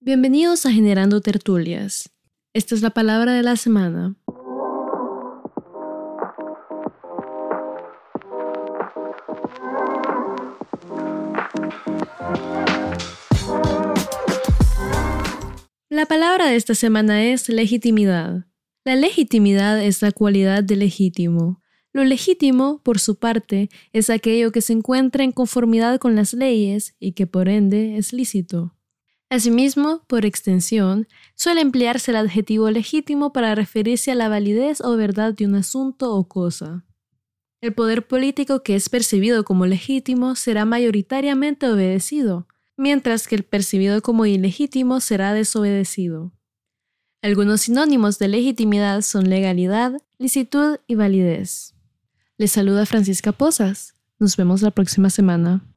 Bienvenidos a Generando Tertulias. Esta es la palabra de la semana. La palabra de esta semana es legitimidad. La legitimidad es la cualidad de legítimo. Lo legítimo, por su parte, es aquello que se encuentra en conformidad con las leyes y que por ende es lícito. Asimismo, por extensión, suele emplearse el adjetivo legítimo para referirse a la validez o verdad de un asunto o cosa. El poder político que es percibido como legítimo será mayoritariamente obedecido, mientras que el percibido como ilegítimo será desobedecido. Algunos sinónimos de legitimidad son legalidad, licitud y validez. Les saluda Francisca Pozas. Nos vemos la próxima semana.